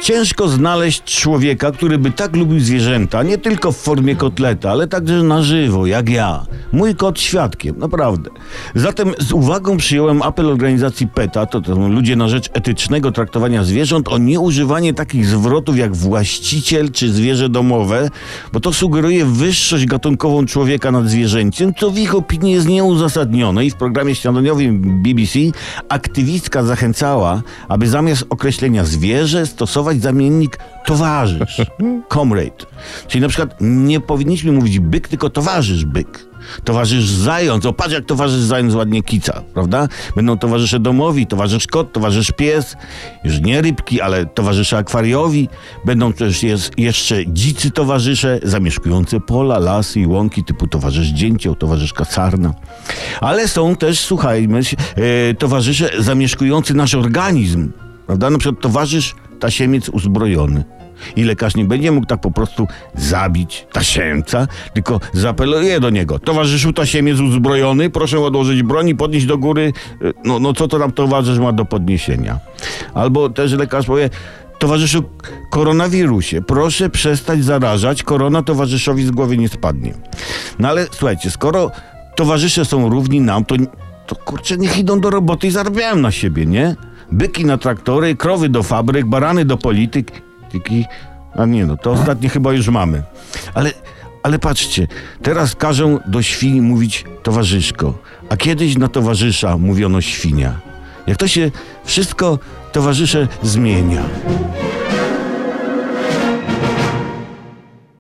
Ciężko znaleźć człowieka, który by tak lubił zwierzęta, nie tylko w formie kotleta, ale także na żywo, jak ja. Mój kot świadkiem, naprawdę. Zatem z uwagą przyjąłem apel organizacji PETA, to są ludzie na rzecz etycznego traktowania zwierząt, o nieużywanie takich zwrotów jak właściciel czy zwierzę domowe, bo to sugeruje wyższość gatunkową człowieka nad zwierzęciem, co w ich opinii jest nieuzasadnione i w programie śniadaniowym BBC aktywistka zachęcała, aby zamiast określenia zwierzę stosować zamiennik towarzysz, comrade. Czyli na przykład nie powinniśmy mówić byk, tylko towarzysz byk. Towarzysz zając, o patrz jak towarzysz zając ładnie kica, prawda? Będą towarzysze domowi, towarzysz kot, towarzysz pies, już nie rybki, ale towarzysze akwariowi. Będą też jeszcze dzicy towarzysze zamieszkujące pola, lasy i łąki typu towarzysz dzięcioł, towarzyszka sarna. Ale są też, słuchajmy, towarzysze zamieszkujący nasz organizm, prawda? Na przykład towarzysz tasiemiec uzbrojony. I lekarz nie będzie mógł tak po prostu zabić tasiemca, tylko zaapeluje do niego. Towarzyszu tasiemiec uzbrojony, proszę odłożyć broń i podnieść do góry. No co to tam towarzysz ma do podniesienia? Albo też lekarz powie: towarzyszu koronawirusie, proszę przestać zarażać, korona towarzyszowi z głowy nie spadnie. No ale słuchajcie, skoro towarzysze są równi nam, to kurczę, niech idą do roboty i zarabiają na siebie, nie? Byki na traktory, krowy do fabryk, barany do polityki. A nie no, to ostatnie chyba już mamy. Ale patrzcie, teraz każą do świni mówić towarzyszko, a kiedyś na towarzysza mówiono świnia. Jak to się wszystko, towarzysze, zmienia.